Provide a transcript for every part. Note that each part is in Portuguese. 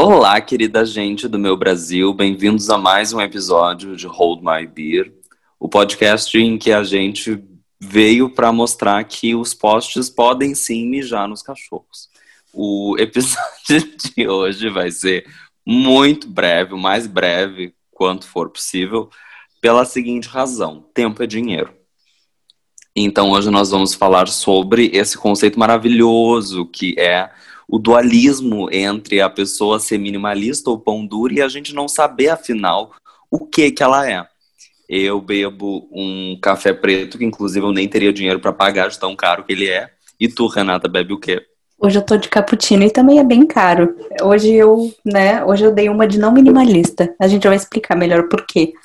Olá, querida gente do meu Brasil, bem-vindos a mais um episódio de Hold My Beer, o podcast em que a gente veio para mostrar que os postes podem sim mijar nos cachorros. O episódio de hoje vai ser muito breve, o mais breve quanto for possível, pela seguinte razão: tempo é dinheiro. Então hoje nós vamos falar sobre esse conceito maravilhoso que é o dualismo entre a pessoa ser minimalista ou pão duro e a gente não saber, afinal, o que ela é. Eu bebo um café preto, que inclusive eu nem teria dinheiro para pagar de tão caro que ele é. E tu, Renata, bebe o quê? Hoje eu tô de cappuccino e também é bem caro. Hoje eu dei uma de não minimalista. A gente vai explicar melhor por quê.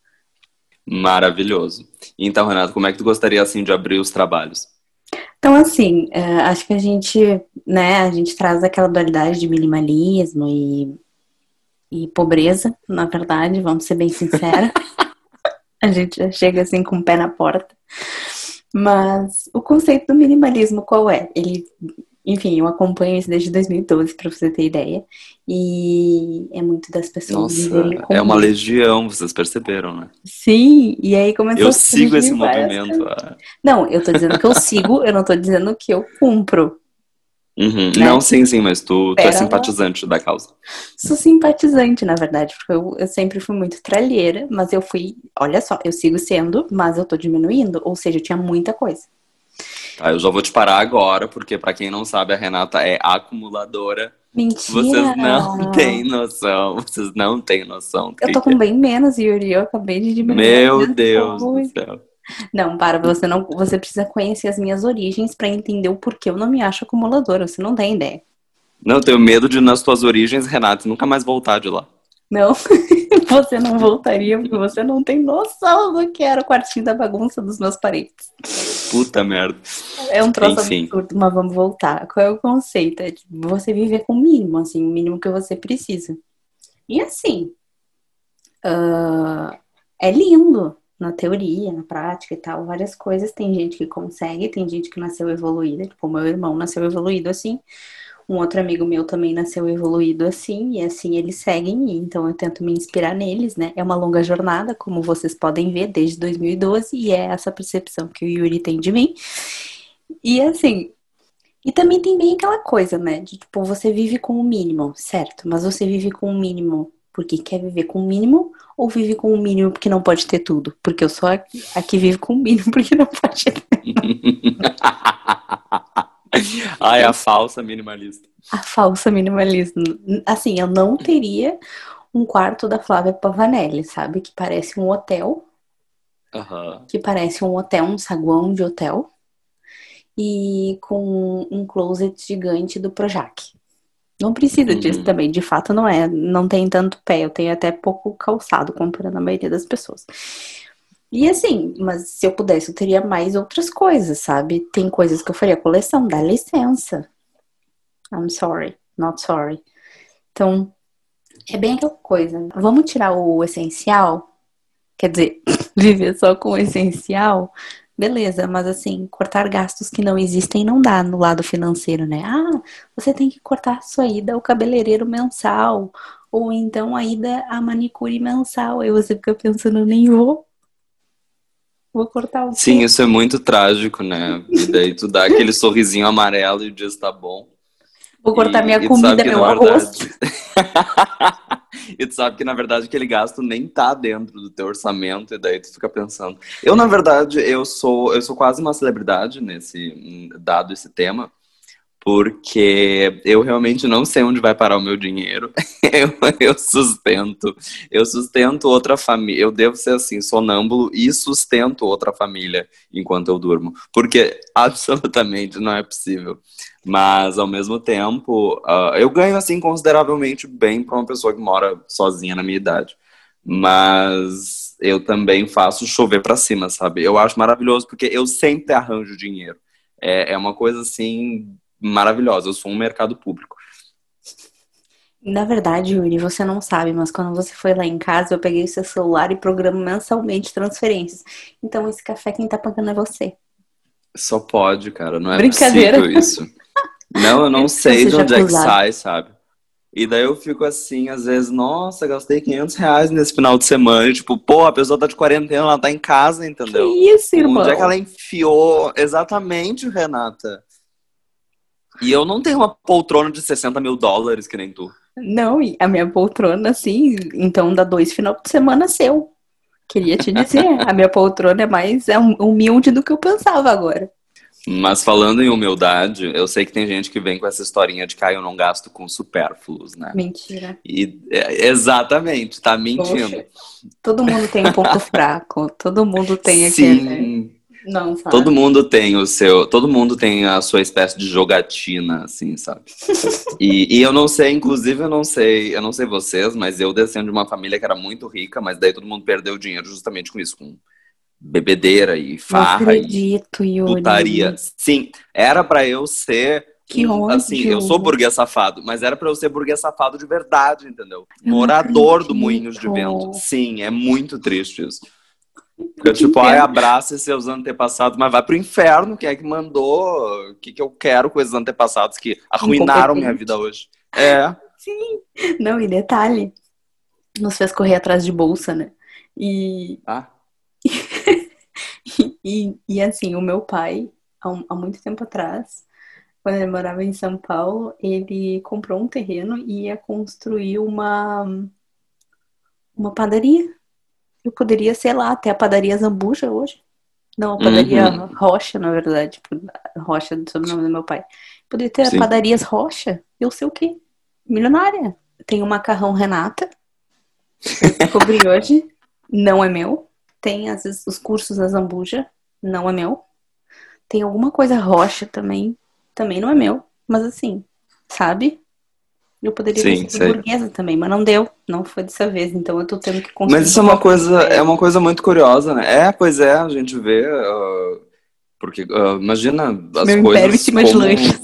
Maravilhoso. Então, Renata, como é que tu gostaria assim de abrir os trabalhos? Então, assim, acho que a gente traz aquela dualidade de minimalismo e pobreza, na verdade, vamos ser bem sinceros. A gente já chega assim com o pé na porta. Mas o conceito do minimalismo qual é? Enfim, eu acompanho isso desde 2012, pra você ter ideia. E é muito das pessoas viverem Nossa, com é uma medo. legião, vocês perceberam, né? Sim, e aí começou Eu a sigo esse surgir várias movimento. coisas. Não, eu tô dizendo que eu sigo, eu não tô dizendo que eu cumpro, Uhum. Não, né? sim, mas tu é Pera lá. simpatizante da causa. Sou simpatizante, na verdade, porque eu sempre fui muito tralheira, mas olha só, eu sigo sendo, mas eu tô diminuindo, ou seja, eu tinha muita coisa. Tá, eu já vou te parar agora, porque pra quem não sabe, a Renata é acumuladora. Mentira! Vocês não têm noção, vocês não têm noção do Eu tô que com é. bem menos, Yuri, eu acabei de diminuir as Meu minhas Deus do coisas. céu. Não, você precisa conhecer as minhas origens pra entender o porquê eu não me acho acumuladora, você não tem ideia. Não, eu tenho medo de, nas tuas origens, Renata, nunca mais voltar de lá. Não, você não voltaria porque você não tem noção do que era o quartinho da bagunça dos meus parentes. Puta merda. É um troço Enfim. absurdo, mas vamos voltar. Qual é o conceito? É tipo, você viver com o mínimo, assim, o mínimo que você precisa. E assim, é lindo na teoria, na prática e tal, várias coisas. Tem gente que consegue, tem gente que nasceu evoluída, tipo, o meu irmão nasceu evoluído assim. Um outro amigo meu também nasceu evoluído assim, e assim eles seguem, e então eu tento me inspirar neles, né? É uma longa jornada, como vocês podem ver, desde 2012, e é essa percepção que o Yuri tem de mim. E assim, e também tem bem aquela coisa, né? De tipo, você vive com o mínimo, certo? Mas você vive com o mínimo porque quer viver com o mínimo, ou vive com o mínimo porque não pode ter tudo? Porque eu sou a que vive com o mínimo porque não pode ter. Ai, a falsa minimalista. A falsa minimalismo. Assim, eu não teria um quarto da Flávia Pavanelli, sabe? Aham. Que parece um hotel, um saguão de hotel, e com um closet gigante do Projac. Não precisa disso Uhum. também, de fato não tem tanto pé, eu tenho até pouco calçado comparando a maioria das pessoas. E assim, mas se eu pudesse, eu teria mais outras coisas, sabe? Tem coisas que eu faria coleção, dá licença. I'm sorry, not sorry. Então, é bem aquela coisa. Vamos tirar o essencial? Quer dizer, viver só com o essencial? Beleza, mas assim, cortar gastos que não existem não dá no lado financeiro, né? Ah, você tem que cortar sua ida ao cabeleireiro mensal, ou então a ida à manicure mensal. Aí você fica pensando, nem vou cortar o Sim, quê? isso é muito trágico, né? E daí tu dá aquele sorrisinho amarelo e o dia está bom. Vou cortar minha E tu sabe comida, que na meu arroz. verdade. E tu sabe que na verdade aquele gasto nem tá dentro do teu orçamento, e daí tu fica pensando. Eu, na verdade, eu sou quase uma celebridade nesse, dado esse tema, porque eu realmente não sei onde vai parar o meu dinheiro. Eu sustento outra família. Eu devo ser assim, sonâmbulo e sustento outra família enquanto eu durmo, porque absolutamente não é possível. Mas ao mesmo tempo, eu ganho assim consideravelmente bem para uma pessoa que mora sozinha na minha idade. Mas eu também faço chover para cima, sabe? Eu acho maravilhoso porque eu sempre arranjo dinheiro. É uma coisa assim maravilhosa. Eu sou um mercado público. Na verdade, Yuri, você não sabe, mas quando você foi lá em casa, eu peguei o seu celular e programo mensalmente transferências. Então, esse café quem tá pagando é você. Só pode, cara. Não é Brincadeira. possível isso. Não, eu não sei Você de já onde é que acusado. sai, sabe? E daí eu fico assim, às vezes, nossa, gastei R$ 500 nesse final de semana. E, tipo, pô, a pessoa tá de quarentena, ela tá em casa, Que entendeu? isso, Onde é que irmão? ela enfiou? Exatamente, Renata. E eu não tenho uma poltrona de US$ 60.000, que nem tu. Não, e a minha poltrona, assim, então dá 2 final de semana seu. Queria te dizer, a minha poltrona é mais humilde do que eu pensava agora. Mas falando em humildade, eu sei que tem gente que vem com essa historinha de que eu não gasto com supérfluos, né? Mentira. Exatamente, tá Poxa, mentindo. todo mundo tem um ponto fraco, todo mundo tem aquele. Sim, Não, todo sabe? mundo tem o seu, todo mundo tem a sua espécie de jogatina, assim, sabe? E eu não sei, inclusive eu não sei vocês, mas eu descendo de uma família que era muito rica, mas daí todo mundo perdeu dinheiro justamente com isso, com bebedeira e Não farra e acredito, putaria. Yuri. Sim, era pra eu ser Que assim, eu sou ódio. burguês safado, mas era pra eu ser burguês safado de verdade, entendeu? Eu não Morador do Moinhos de Vento. acredito. Sim, é muito triste isso. Eu Fica te tipo, ai, entendo. abraça seus antepassados, mas vai pro inferno, quem é que mandou? O que que eu quero com esses antepassados que arruinaram minha vida Incompetente. hoje? É. Sim. Não, e detalhe, nos fez correr atrás de bolsa, né? E, Ah. e assim, o meu pai, há muito tempo atrás, quando ele morava em São Paulo, ele comprou um terreno e ia construir uma padaria. Eu poderia, sei lá, até a padaria Zambuja hoje. Não, a padaria Uhum. Rocha, na verdade. Tipo, Rocha do sobrenome do meu pai. Poderia ter Sim. padarias Rocha. Eu sei o quê? Milionária. Tem o macarrão Renata. Eu descobri hoje. Não é meu. Tem os cursos da Zambuja. Não é meu. Tem alguma coisa Rocha também. Também não é meu. Mas assim, sabe? Eu poderia ter Sim, sido sei. burguesa também, mas não deu. Não foi dessa vez. Então eu tô tendo que Mas construir isso meu próprio é império. uma coisa muito curiosa, né? É, pois é, a gente vê, porque imagina as Meu império em coisas cima de lanches.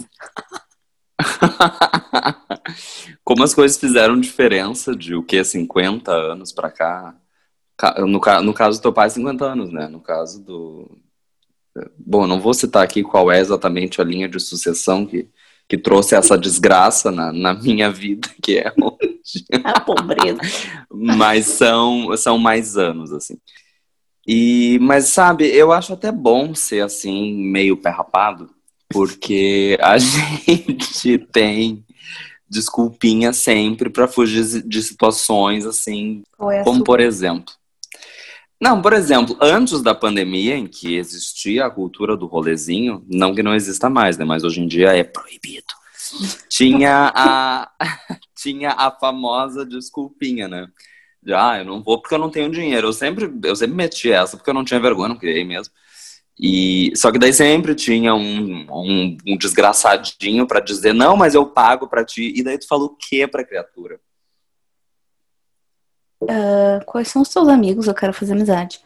como as coisas fizeram diferença de o que 50 anos pra cá. No caso do teu pai, 50 anos, né? No caso do. Bom, eu não vou citar aqui qual é exatamente a linha de sucessão que trouxe essa desgraça na minha vida, que é hoje. A pobreza. Mas são mais anos, assim. Mas sabe, eu acho até bom ser assim, meio pé rapado, porque a gente tem desculpinha sempre pra fugir de situações assim, Qual é a como por sua? exemplo. Não, por exemplo, antes da pandemia, em que existia a cultura do rolezinho, não que não exista mais, né? Mas hoje em dia é proibido. Tinha a, tinha a famosa desculpinha, né? De, eu não vou porque eu não tenho dinheiro. Eu sempre meti essa porque eu não tinha vergonha, não criei mesmo. Só que daí sempre tinha um desgraçadinho pra dizer, não, mas eu pago pra ti. E daí tu fala o quê pra criatura? Quais são os seus amigos? Eu quero fazer amizade.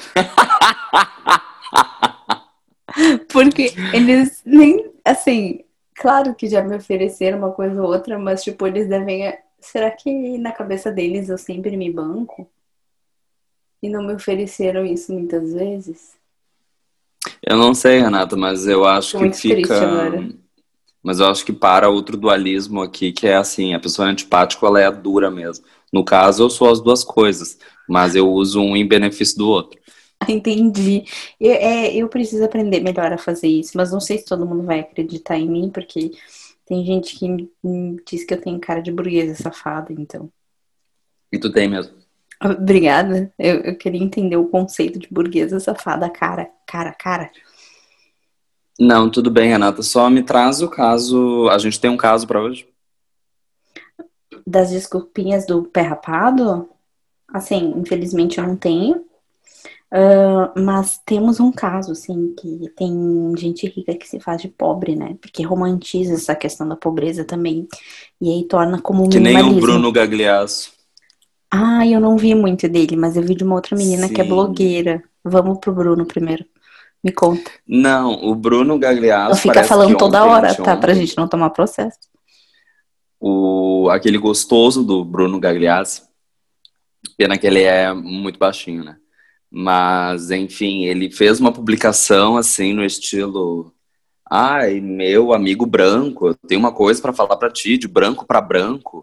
Porque eles nem, assim, claro que já me ofereceram uma coisa ou outra, mas, tipo, eles devem. Será que na cabeça deles eu sempre me banco? E não me ofereceram isso muitas vezes? Eu não sei, Renata, mas eu acho Tô que muito triste fica. agora. Mas eu acho que para outro dualismo aqui, que é assim, a pessoa antipática, ela é dura mesmo. No caso, eu sou as duas coisas, mas eu uso um em benefício do outro. Entendi. Eu preciso aprender melhor a fazer isso, mas não sei se todo mundo vai acreditar em mim, porque tem gente que me diz que eu tenho cara de burguesa safada, então. E tu tem mesmo. Obrigada. Eu queria entender o conceito de burguesa safada, cara. Não, tudo bem, Renata. Só me traz o caso. A gente tem um caso para hoje? Das desculpinhas do pé rapado, assim, infelizmente eu não tenho. Mas temos um caso, assim, que tem gente rica que se faz de pobre, né? Porque romantiza essa questão da pobreza também. E aí torna como um Que nem o minimalismo. Bruno Gagliasso. Ah, eu não vi muito dele, mas eu vi de uma outra menina que é Sim. blogueira. Vamos pro Bruno primeiro. Me conta. Não, o Bruno Ela Gagliasso fica parece que falando toda ontem, hora, tá? Pra anteontem, gente não tomar processo. aquele gostoso do Bruno Gagliasso, pena que ele é muito baixinho, né? Mas, enfim, ele fez uma publicação assim no estilo: ai, meu amigo branco, eu tenho uma coisa pra falar pra ti, de branco pra branco.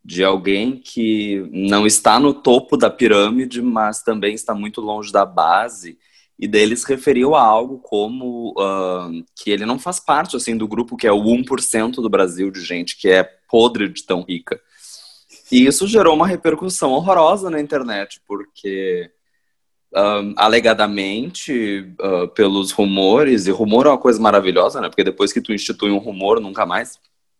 de alguém que não está no topo da pirâmide, mas também está muito longe da base. E daí ele se referiu a algo como que ele não faz parte assim do grupo que é o 1% do Brasil de gente que é podre de tão rica. E isso gerou uma repercussão horrorosa na internet, porque alegadamente, pelos rumores, e rumor é uma coisa maravilhosa, né? Porque depois que tu institui um rumor, nunca mais.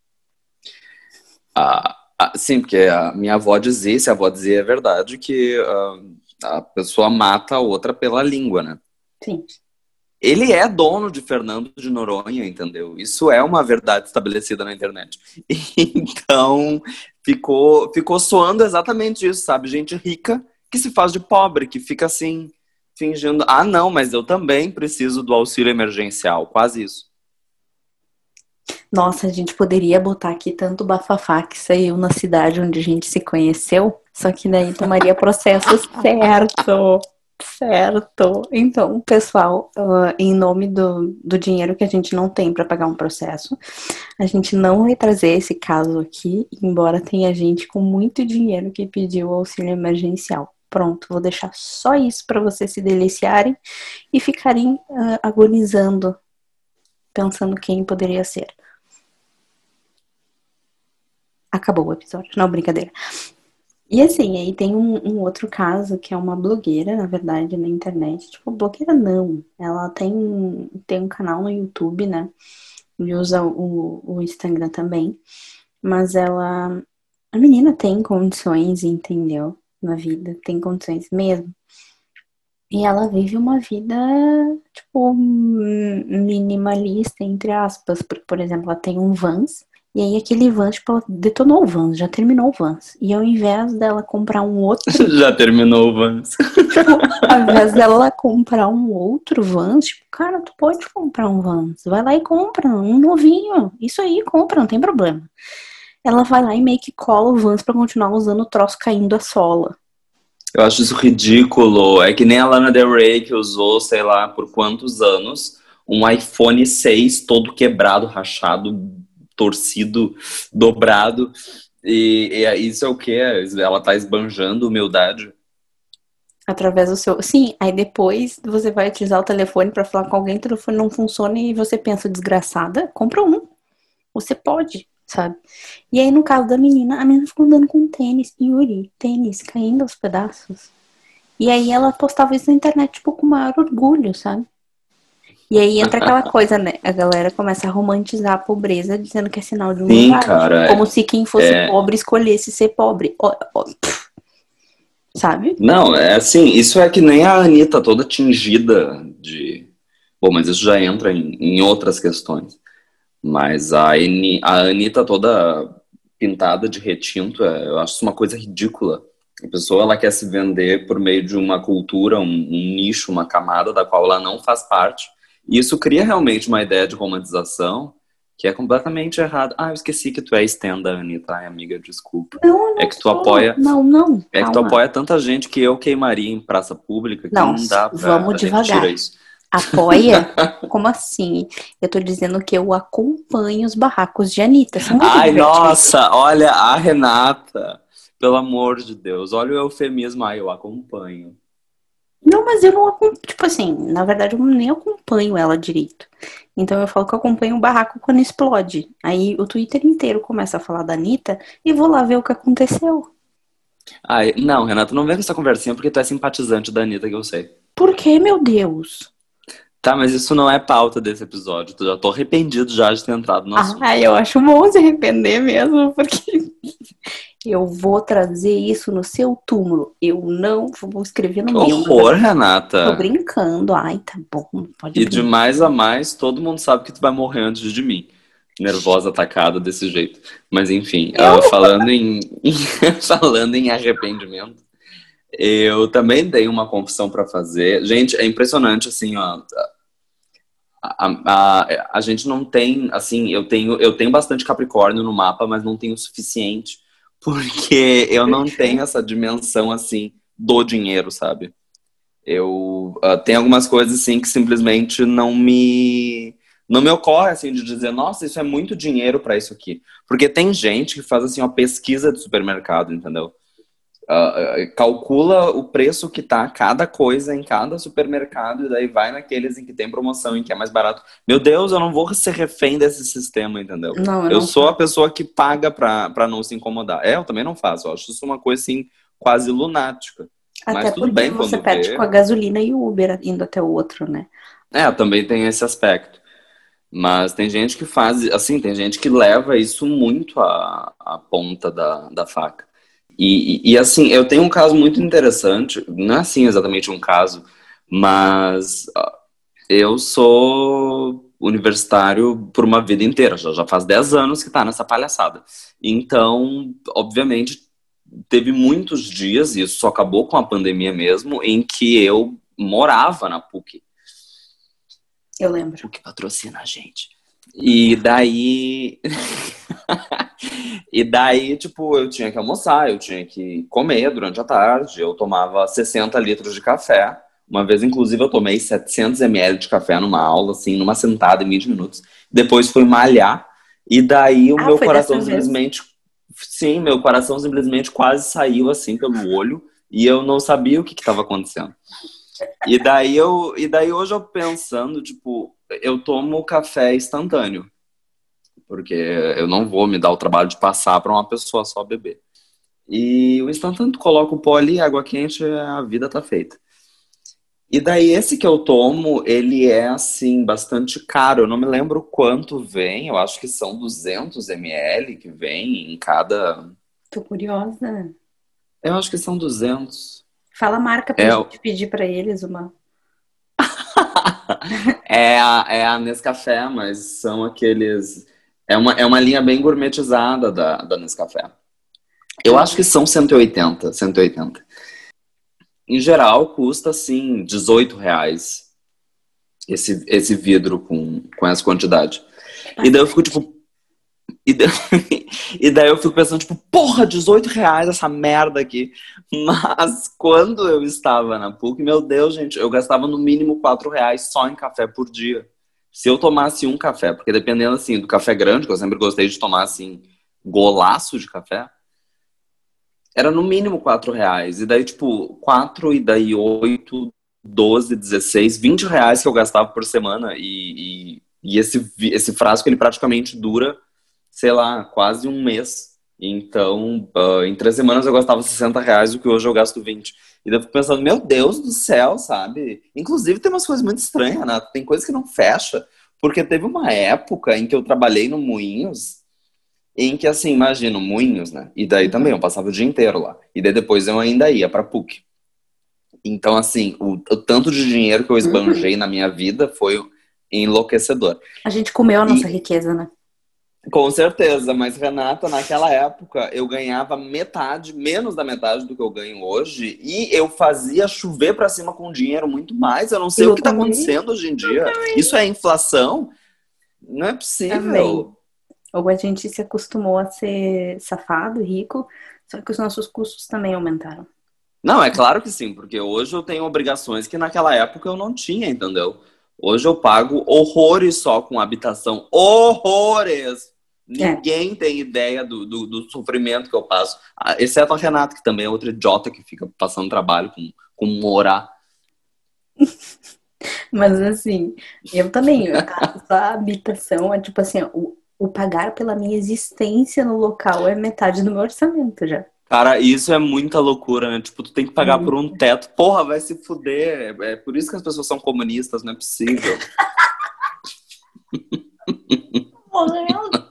Sim, porque a minha avó dizia, se a avó dizia é verdade, que a pessoa mata a outra pela língua, né? Sim. Ele é dono de Fernando de Noronha, entendeu? Isso é uma verdade estabelecida na internet. Então, ficou soando exatamente isso, sabe? Gente rica que se faz de pobre, que fica assim, fingindo, não, mas eu também preciso do auxílio emergencial, quase isso. Nossa, a gente poderia botar aqui tanto bafafá que saiu na cidade onde a gente se conheceu, só que daí tomaria processo certo. Certo. Então, pessoal, em nome do dinheiro que a gente não tem para pagar um processo, a gente não vai trazer esse caso aqui, embora tenha gente com muito dinheiro que pediu auxílio emergencial. Pronto, vou deixar só isso para vocês se deliciarem e ficarem agonizando, pensando quem poderia ser. Acabou o episódio. Não, brincadeira. E assim, aí tem um outro caso que é uma blogueira, na verdade, na internet. Tipo, blogueira não. Ela tem um canal no YouTube, né? E usa o Instagram também. Mas a menina tem condições, entendeu? Na vida, tem condições mesmo. E ela vive uma vida, tipo, minimalista, entre aspas. Porque, por exemplo, ela tem um Vans. E aí aquele Vans, tipo, ela detonou o Vans, já terminou o Vans. E ao invés dela comprar um outro... Já terminou o Vans. Tipo, ao invés dela comprar um outro Vans, tipo, cara, tu pode comprar um Vans. Vai lá e compra um novinho. Isso aí, compra, não tem problema. Ela vai lá e meio que cola o Vans pra continuar usando o troço caindo a sola. Eu acho isso ridículo. É que nem a Lana Del Rey, que usou, sei lá, por quantos anos, um iPhone 6 todo quebrado, rachado, torcido, dobrado. E isso é o quê? Ela tá esbanjando humildade. Através do seu... Sim, aí depois você vai utilizar o telefone pra falar com alguém, o telefone não funciona e você pensa, desgraçada, compra um. Você pode, sabe? E aí, no caso da menina, a menina ficou andando com tênis, Yuri, tênis caindo aos pedaços. E aí ela postava isso na internet, tipo, com o maior orgulho, sabe? E aí entra aquela coisa, né? A galera começa a romantizar a pobreza, dizendo que é sinal de Sim, humildade. cara. Como se quem fosse pobre escolhesse ser pobre. Sabe? Não, é assim, isso é que nem a Anitta toda tingida de... Bom, mas isso já entra em outras questões. Mas a Anitta toda pintada de retinto, eu acho isso uma coisa ridícula. A pessoa, ela quer se vender por meio de uma cultura, um nicho, uma camada da qual ela não faz parte. E isso cria realmente uma ideia de romantização que é completamente errado. Eu esqueci que tu é stan da Anitta. Ai, amiga, desculpa. Não, É não que tu sou. apoia... Não, É que tu calma. apoia tanta gente que eu queimaria em praça pública que Não, não dá pra... vamos A gente tira devagar. isso. Apoia? Como assim? Eu tô dizendo que eu acompanho os barracos de Anitta. São muito Ai, divertidos. nossa, olha a Renata. Pelo amor de Deus, olha o eufemismo. Eu acompanho. Não, mas eu não acompanho. Tipo assim, na verdade, eu nem acompanho ela direito. Então eu falo que eu acompanho o barraco quando explode. Aí o Twitter inteiro começa a falar da Anitta e vou lá ver o que aconteceu. Ai, não, Renata, não vem com essa conversinha porque tu é simpatizante da Anitta, que eu sei. Por que, meu Deus? Tá, mas isso não é pauta desse episódio. Já tô arrependido já de ter entrado no assunto. Eu acho bom se arrepender mesmo, porque eu vou trazer isso no seu túmulo. Eu não vou escrever no Que meu. horror, Tô Renata. brincando. Ai, tá bom, pode E de brincar. mais a mais, todo mundo sabe que tu vai morrer antes de mim. Nervosa, atacada desse jeito. Mas enfim, Eu? falando em arrependimento, eu também dei uma confissão pra fazer. Gente, é impressionante, assim, ó. A gente não tem, assim, eu tenho bastante Capricórnio no mapa, mas não tenho o suficiente, porque eu não tenho essa dimensão, assim, do dinheiro, sabe? Eu tenho algumas coisas, assim, que simplesmente Não me ocorre, assim, de dizer, nossa, isso é muito dinheiro pra isso aqui. Porque tem gente que faz, assim, uma pesquisa de supermercado, entendeu? Calcula o preço que tá cada coisa em cada supermercado e daí vai naqueles em que tem promoção, em que é mais barato. Meu Deus, eu não vou ser refém desse sistema, entendeu? Não, eu Eu não sou a faço. pessoa que paga pra não se incomodar. Eu também não faço. Eu acho isso uma coisa, assim, quase lunática. Até Mas tudo porque bem você quando perde com a vê. gasolina e o Uber indo até o outro, né? Também tem esse aspecto. Mas tem gente que faz, assim, tem gente que leva isso muito à ponta da faca. Assim, eu tenho um caso muito interessante, não é assim exatamente um caso, mas eu sou universitário por uma vida inteira, já faz 10 anos que tá nessa palhaçada. Então, obviamente, teve muitos dias, e isso só acabou com a pandemia mesmo, em que eu morava na PUC. Eu lembro. PUC patrocina a gente. E daí. E daí, tipo, eu tinha que almoçar, eu tinha que comer durante a tarde. Eu tomava 60 litros de café. Uma vez, inclusive, eu tomei 700 ml de café numa aula, assim, numa sentada em 20 minutos. Depois fui malhar. E daí o Ah, meu foi coração dessa vez? simplesmente. Sim, meu coração simplesmente quase saiu, assim, pelo olho. E eu não sabia o que estava acontecendo. E daí hoje eu pensando, tipo, eu tomo café instantâneo. Porque eu não vou me dar o trabalho de passar para uma pessoa só beber. E o instantâneo, tu coloca o pó ali, água quente, a vida tá feita. E daí esse que eu tomo, ele é assim, bastante caro. Eu não me lembro quanto vem, eu acho que são 200 ml que vem em cada. Tô curiosa. Eu acho que são 200. Fala a marca pra É, gente pedir pra eles uma. é a Nescafé, mas são aqueles. É uma linha bem gourmetizada da Nescafé. Eu Ah, acho que são 180, 180. Em geral, custa, assim, R$ 18 esse vidro com essa quantidade. é E daí eu fico, bastante. tipo... E daí, e daí eu fico pensando, tipo, porra, R$ 18 essa merda aqui. Mas quando eu estava na PUC, meu Deus, gente, eu gastava no mínimo R$ 4 só em café por dia. Se eu tomasse um café, porque dependendo, assim, do café grande, que eu sempre gostei de tomar, assim, golaço de café, era no mínimo R$ 4. E daí, tipo, 4 e daí 8, 12, 16, R$ 20 que eu gastava por semana. E esse frasco, ele praticamente dura, sei lá, quase um mês. Então, em 3 semanas eu gastava R$ 60, o que hoje eu gasto 20. E daí eu fico pensando, meu Deus do céu, sabe? Inclusive tem umas coisas muito estranhas, né? Tem coisa que não fecha. Porque teve uma época em que eu trabalhei no Moinhos, em que, assim, imagina, Moinhos, né? E daí também, eu Uhum. passava o dia inteiro lá. E daí depois eu ainda ia pra PUC. Então, assim, o tanto de dinheiro que eu Uhum. esbanjei na minha vida foi enlouquecedor. A gente comeu a nossa E riqueza, né? com certeza, mas Renata, naquela época eu ganhava metade, menos da metade do que eu ganho hoje, e eu fazia chover pra cima com dinheiro muito mais. Eu não sei o Eu que tá também. acontecendo hoje em dia. Isso é inflação? Não é Também. possível. Ou a gente se acostumou a ser safado, rico, só que os nossos custos também aumentaram. Não, é claro que sim, porque hoje eu tenho obrigações que naquela época eu não tinha, entendeu? Hoje eu pago horrores só com habitação. Horrores! É, Ninguém tem ideia do sofrimento que eu passo. Exceto a Renata, que também é outra idiota que fica passando trabalho com morar. mas assim, eu também, a habitação é tipo assim, ó, o pagar pela minha existência no local é metade do meu orçamento já. Cara, isso é muita loucura, né? Tipo, tu tem que pagar por um Muito. teto. Porra, vai se fuder. É por isso que as pessoas são comunistas, não é possível. Morrendo.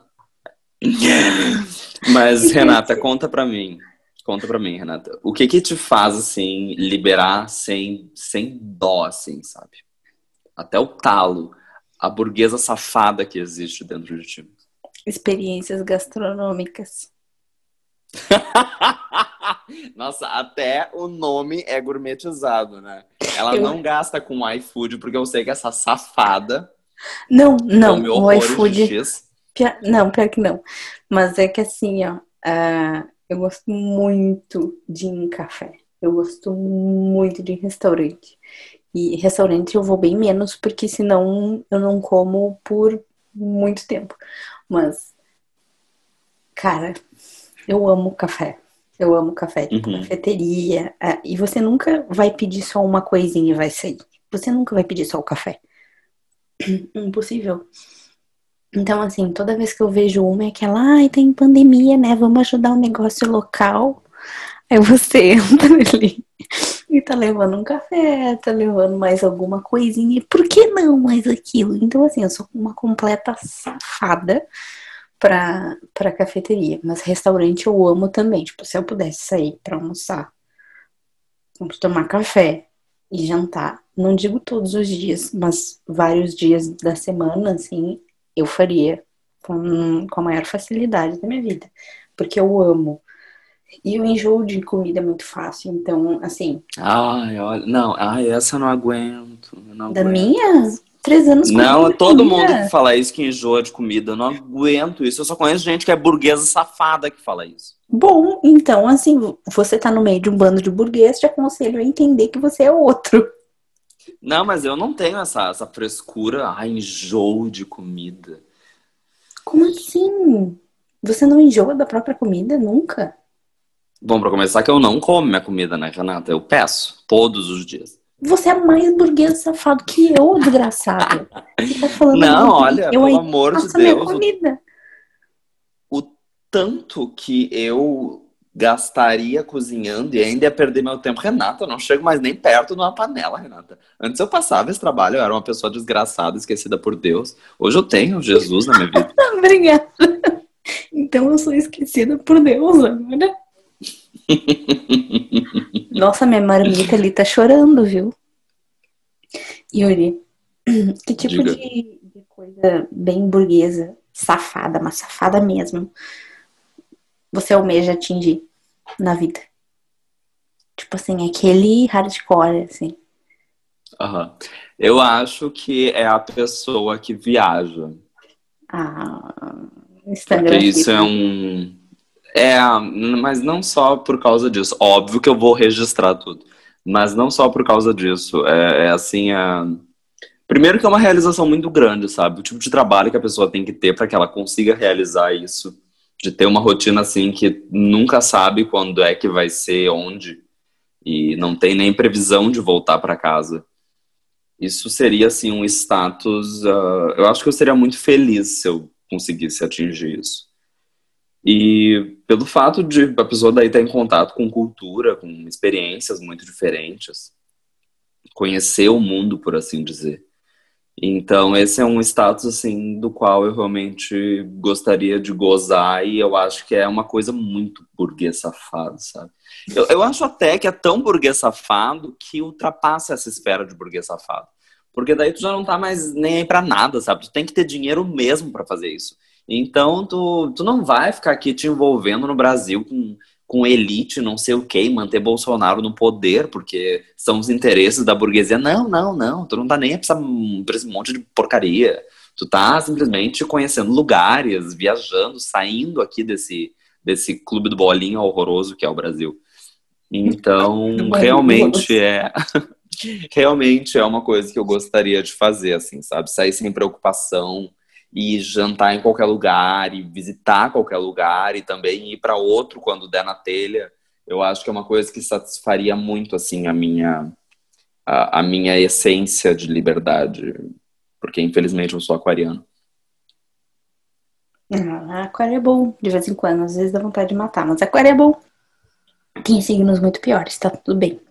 Mas, E que Renata, assim, conta pra mim. Conta pra mim, Renata. O que que te faz, assim, liberar sem dó, assim, sabe? Até o talo. A burguesa safada que existe dentro de ti. experiências gastronômicas. Nossa, até o nome é gourmetizado, né? Ela Eu, não gasta com iFood, porque eu sei que essa safada não, não, come o horrores de iFood, X. não, pior que não. Mas é que assim, ó, eu gosto muito de ir em café. Eu gosto muito de ir em restaurante. E restaurante eu vou bem menos, porque senão eu não como por muito tempo. Mas, cara, eu amo café. Eu amo café, tipo, Uhum. cafeteria. E você nunca vai pedir só uma coisinha e vai sair. Você nunca vai pedir só o café. Impossível. Então, assim, toda vez que eu vejo uma é aquela, ai, tem pandemia, né? Vamos ajudar um negócio local. Aí você entra ali e tá levando um café, tá levando mais alguma coisinha. E por que não mais aquilo? Então, assim, eu sou uma completa safada pra cafeteria. Mas restaurante eu amo também. Tipo, se eu pudesse sair pra almoçar, tomar café e jantar, não digo todos os dias, mas vários dias da semana, assim, eu faria com a maior facilidade da minha vida. Porque eu amo. E eu enjoo de comida muito fácil. Então, assim, Ai, olha. Não, ai, essa eu não aguento. Eu não da aguento. minha 3 anos Não, é comendo todo mundo que comida. fala isso que enjoa de comida. Eu não aguento isso. Eu só conheço gente que é burguesa safada que fala isso. Bom, então, assim, você tá no meio de um bando de burguês, te aconselho a entender que você é outro. Não, mas eu não tenho essa frescura. Ai, enjoo de comida. Como assim? Você não enjoa da própria comida nunca? Bom, pra começar, que eu não como minha comida, né, Renata? Eu peço todos os dias. Você é mais burguês safado que eu, desgraçado. Você tá falando Não, mal de mim. olha, Eu pelo aí amor de faço a minha Deus, comida. o tanto que eu gastaria cozinhando e ainda ia perder meu tempo. Renata, eu não chego mais nem perto de uma panela, Renata. Antes eu passava esse trabalho, eu era uma pessoa desgraçada, esquecida por Deus. Hoje eu tenho Jesus na minha vida. Obrigada. Então eu sou esquecida por Deus agora. Nossa, minha marmita ali tá chorando, viu? Yuri, que tipo Diga. de coisa bem burguesa, safada, mas safada mesmo, você almeja atingir na vida? Tipo assim, aquele hardcore, assim. Aham. Eu acho que é a pessoa que viaja. Ah, Porque isso é Instagramista. um. É, mas não só por causa disso. Óbvio que eu vou registrar tudo. Mas não só por causa disso. É assim, primeiro que é uma realização muito grande, sabe? O tipo de trabalho que a pessoa tem que ter para que ela consiga realizar isso. De ter uma rotina assim que nunca sabe quando é que vai ser, onde. E não tem nem previsão de voltar para casa. Isso seria, assim, um status. Eu acho que eu seria muito feliz se eu conseguisse atingir isso. E pelo fato de a pessoa daí estar em contato com cultura, com experiências muito diferentes, conhecer o mundo, por assim dizer. Então, esse é um status, assim, do qual eu realmente gostaria de gozar e eu acho que é uma coisa muito burguês safado, sabe? Eu acho até que é tão burguês safado que ultrapassa essa esfera de burguês safado. Porque daí tu já não tá mais nem aí pra nada, sabe? Tu tem que ter dinheiro mesmo pra fazer isso. Então, tu não vai ficar aqui te envolvendo no Brasil com elite, não sei o quê, e manter Bolsonaro no poder, porque são os interesses da burguesia. Não, não, não. Tu não tá nem pra esse monte de porcaria. Tu tá simplesmente conhecendo lugares, viajando, saindo aqui desse clube do bolinha horroroso que é o Brasil. Do Então, Bolinhos. realmente é uma coisa que eu gostaria de fazer, assim, sabe? Sair sem preocupação e jantar em qualquer lugar e visitar qualquer lugar e também ir para outro quando der na telha. Eu acho que é uma coisa que satisfaria muito, assim, a minha essência de liberdade, porque infelizmente eu sou aquariano. Ah, aquário é bom, de vez em quando. Às vezes dá vontade de matar, mas aquário é bom. Tem signos muito piores, tá tudo bem.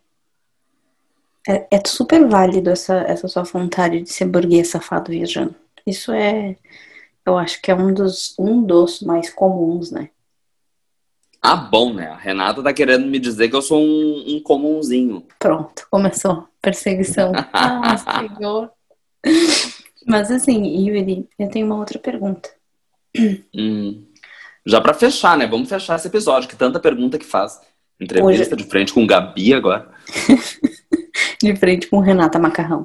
É super válido essa sua vontade de ser burguês safado viajando. Isso eu acho que é um dos mais comuns, né? Ah, bom, né? A Renata tá querendo me dizer que eu sou um comunzinho. Pronto, começou. Perseguição. Ah, Senhor. Mas assim, Yuri, eu tenho uma outra pergunta. Hum. Já pra fechar, né? Vamos fechar esse episódio, que tanta pergunta que faz. Entrevista Hoje, de frente com Gabi agora. de frente com Renata Macarrão.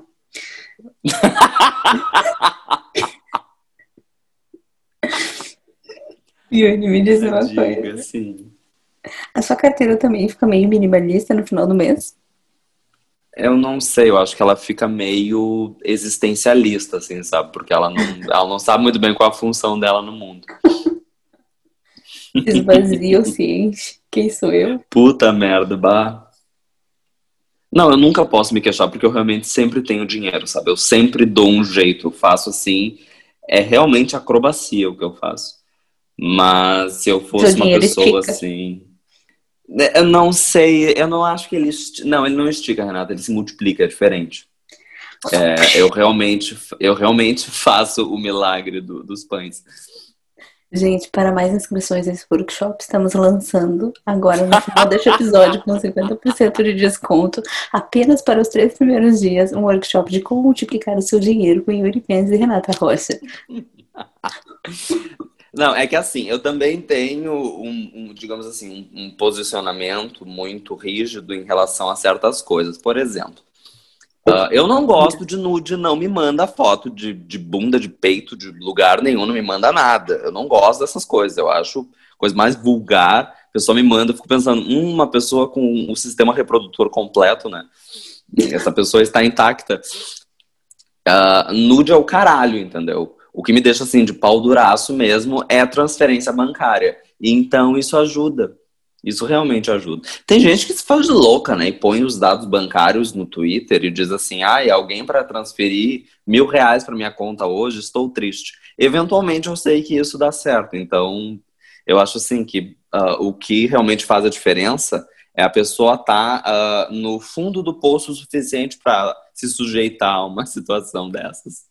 Yuri, me diz uma Diga, coisa. sim. A sua carteira também fica meio minimalista no final do mês? Eu não sei, eu acho que ela fica meio existencialista, assim, sabe? Porque ela não sabe muito bem qual a função dela no mundo. Esvazia o ciente. Quem sou eu? Puta merda, bah. Não, eu nunca posso me queixar porque eu realmente sempre tenho dinheiro, sabe? Eu sempre dou um jeito, eu faço assim, é realmente acrobacia o que eu faço. Mas se eu Seu fosse uma dinheiro pessoa estica. assim, eu não sei, eu não acho que não, ele não estica, Renata, ele se multiplica, é diferente. Eu realmente faço o milagre dos pães. Gente, para mais inscrições nesse workshop, estamos lançando agora no final deste episódio com 50% de desconto, apenas para os 3 primeiros dias, um workshop de como multiplicar o seu dinheiro com Yuri Pens e Renata Rocha. Não, é que assim, eu também tenho digamos assim, um posicionamento muito rígido em relação a certas coisas. Por exemplo, eu não gosto de nude, não me manda foto de bunda, de peito, de lugar nenhum, não me manda nada. Eu não gosto dessas coisas, eu acho coisa mais vulgar. A pessoa me manda, eu fico pensando, uma pessoa com o sistema reprodutor completo, né? Essa pessoa está intacta. Nude é o caralho, entendeu? O que me deixa assim de pau duraço mesmo é a transferência bancária. E então isso ajuda. Isso realmente ajuda. Tem gente que se faz de louca, né? E põe os dados bancários no Twitter e diz assim: ai, alguém para transferir R$ 1.000 para minha conta hoje, estou triste. Eventualmente eu sei que isso dá certo. Então, eu acho assim que o que realmente faz a diferença é a pessoa estar no fundo do poço o suficiente para se sujeitar a uma situação dessas.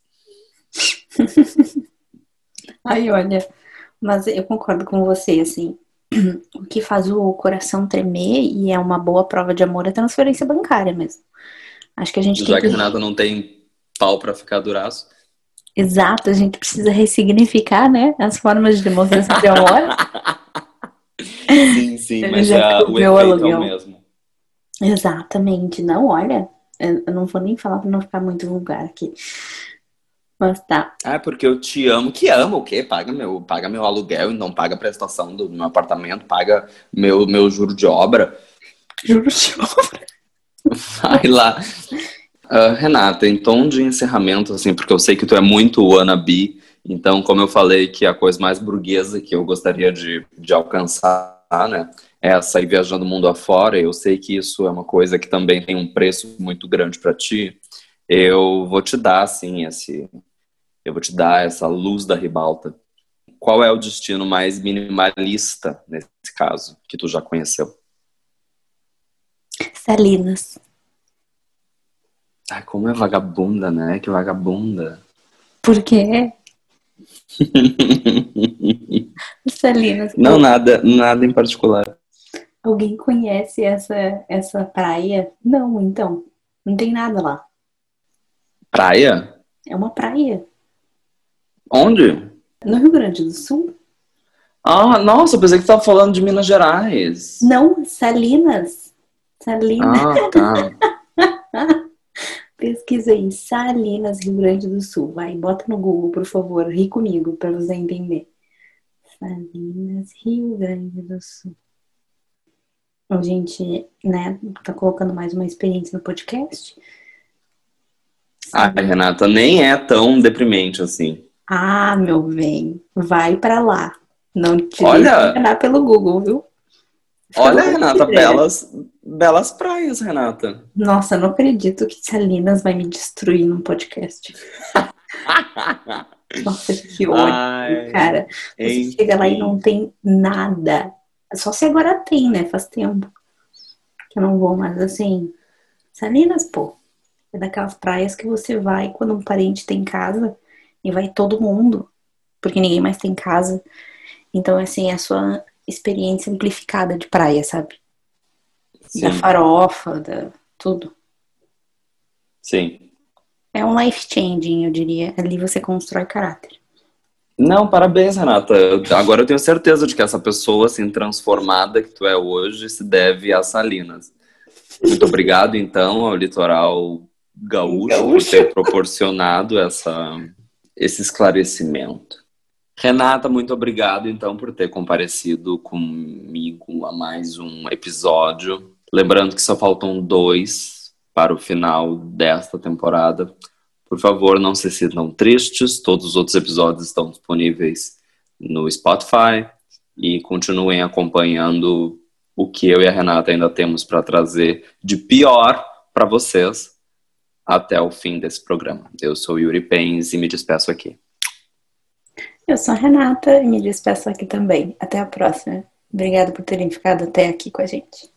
Ai, olha, mas eu concordo com você, assim, o que faz o coração tremer e é uma boa prova de amor é transferência bancária mesmo. Acho que a gente tem Já que. que a Renata não tem pau para ficar duraço. Exato, a gente precisa ressignificar, né, as formas de demonstração de amor, Sim, sim, mas já que o o meu efeito é o aluguel. mesmo. Exatamente, não, olha, eu não vou nem falar pra não ficar muito vulgar aqui, mas tá. Porque eu te amo. Que amo o quê? Paga meu aluguel e não paga a prestação do meu apartamento, paga meu juro de obra. Juro, senhor. Vai lá. Renata, em tom de encerramento, assim, porque eu sei que tu é muito wannabe, então, como eu falei que a coisa mais burguesa que eu gostaria de alcançar, né, é sair viajando o mundo afora, eu sei que isso é uma coisa que também tem um preço muito grande para ti, eu vou te dar, assim, eu vou te dar essa luz da ribalta. Qual é o destino mais minimalista, nesse caso, que tu já conheceu? Salinas. Ai, como é vagabunda, né? Que vagabunda. Por quê? Salinas. Não, nada em particular. Alguém conhece essa praia? Não, então. Não tem nada lá. Praia? É uma praia. Onde? No Rio Grande do Sul? Ah, nossa, eu pensei que tu tava falando de Minas Gerais. Não, Salinas. Salinas. Ah, tá. Pesquisa aí, Salinas, Rio Grande do Sul. Vai, bota no Google, por favor. Ri comigo, pra você entender. Salinas, Rio Grande do Sul. A gente, né, tá colocando mais uma experiência no podcast. Ai, Salinas. Renata, nem é tão deprimente assim. Ah, meu bem, vai pra lá. Não te deixe Olha, enganar pelo Google, viu? Fica no olha, Renata, Wikipedia. belas praias, Renata. Nossa, eu não acredito que Salinas vai me destruir num podcast. Nossa, que ódio, Ai, cara. Você chega lá e não enfim. tem nada. Só se agora tem, né? Faz tempo que eu não vou, mas assim, Salinas, pô, é daquelas praias que você vai quando um parente tem casa e vai todo mundo, porque ninguém mais tem casa. Então, assim, é a sua experiência amplificada de praia, sabe? Da Sim, farofa, da tudo. sim. É um life changing, eu diria. Ali você constrói caráter. Não, parabéns, Renata. Agora eu tenho certeza de que essa pessoa assim transformada que tu é hoje se deve às Salinas. Muito obrigado, então, ao Litoral Gaúcho por Gaúcha. ter proporcionado esse esclarecimento. Renata, muito obrigado, então, por ter comparecido comigo a mais um episódio. Lembrando que só faltam 2 para o final desta temporada. Por favor, não se sintam tristes. Todos os outros episódios estão disponíveis no Spotify. E continuem acompanhando o que eu e a Renata ainda temos para trazer de pior para vocês até o fim desse programa. Eu sou Yuri Pens e me despeço aqui. Eu sou a Renata e me despeço aqui também. Até a próxima. Obrigada por terem ficado até aqui com a gente.